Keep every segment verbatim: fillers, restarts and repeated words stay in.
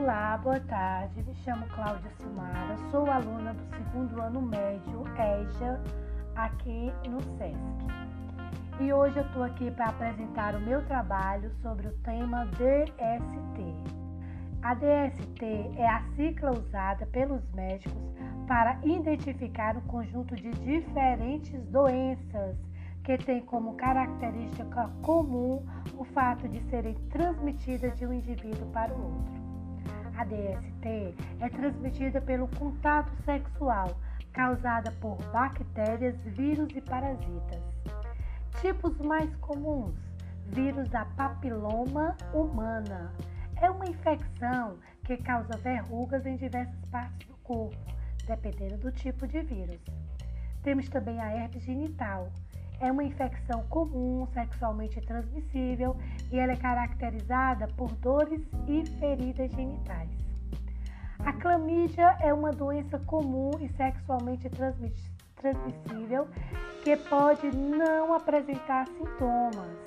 Olá, boa tarde. Me chamo Cláudia Silmara, sou aluna do segundo ano médio EJA aqui no SESC. E hoje eu estou aqui para apresentar o meu trabalho sobre o tema D S T. A D S T é a sigla usada pelos médicos para identificar um conjunto de diferentes doenças que têm como característica comum o fato de serem transmitidas de um indivíduo para o outro. A D S T é transmitida pelo contato sexual, causada por bactérias, vírus e parasitas. Tipos mais comuns: vírus da papiloma humana. É uma infecção que causa verrugas em diversas partes do corpo, dependendo do tipo de vírus. Temos também a herpes genital. É uma infecção comum, sexualmente transmissível, e ela é caracterizada por dores e feridas genitais. A clamídia é uma doença comum e sexualmente transmissível que pode não apresentar sintomas.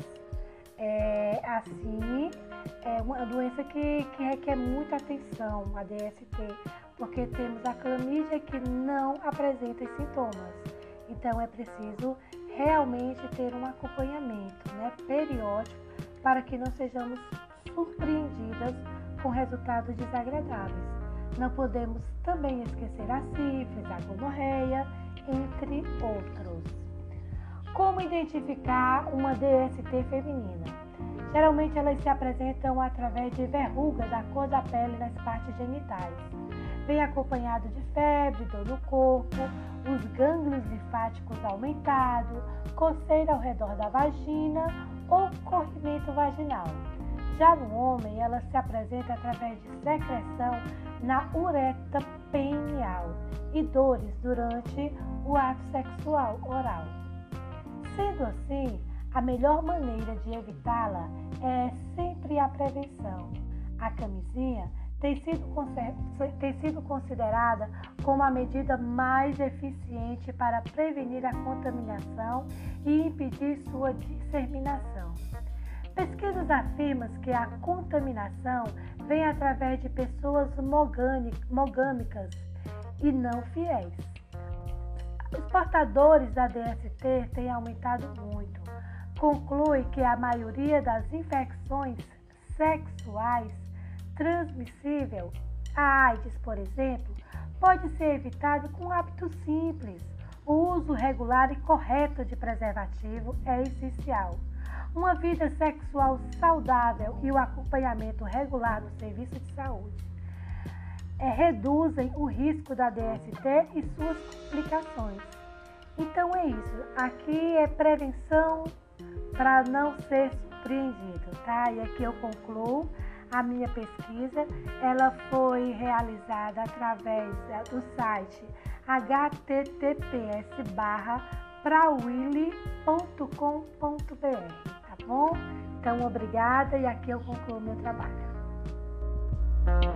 É, assim, é uma doença que, que requer muita atenção, a D S T, porque temos a clamídia que não apresenta sintomas. Então, é preciso realmente ter um acompanhamento, né, periódico, para que não sejamos surpreendidas com resultados desagradáveis. Não podemos também esquecer a sífilis, a gonorreia, entre outros. Como identificar uma D S T feminina? Geralmente elas se apresentam através de verrugas da cor da pele nas partes genitais. Vem acompanhado de febre, dor no corpo, os gânglios linfáticos aumentados, coceira ao redor da vagina ou corrimento vaginal. Já no homem, ela se apresenta através de secreção na uretra penial e dores durante o ato sexual oral. Sendo assim, a melhor maneira de evitá-la é sempre a prevenção. A camisinha tem sido, tem sido considerada como a medida mais eficiente para prevenir a contaminação e impedir sua disseminação. Pesquisas afirmam que a contaminação vem através de pessoas mogâmicas e não fiéis. Os portadores da D S T têm aumentado muito. Conclui que a maioria das infecções sexuais transmissível, a AIDS, por exemplo, pode ser evitada com um hábito simples. O uso regular e correto de preservativo é essencial. Uma vida sexual saudável e o acompanhamento regular do serviço de saúde é, reduzem o risco da D S T e suas complicações. Então é isso. Aqui é prevenção para não ser surpreendido, tá? E aqui eu concluo a minha pesquisa. Ela foi realizada através do site h t t p s barra prawille ponto com ponto b r, tá bom? Então, obrigada, e aqui eu concluo meu trabalho.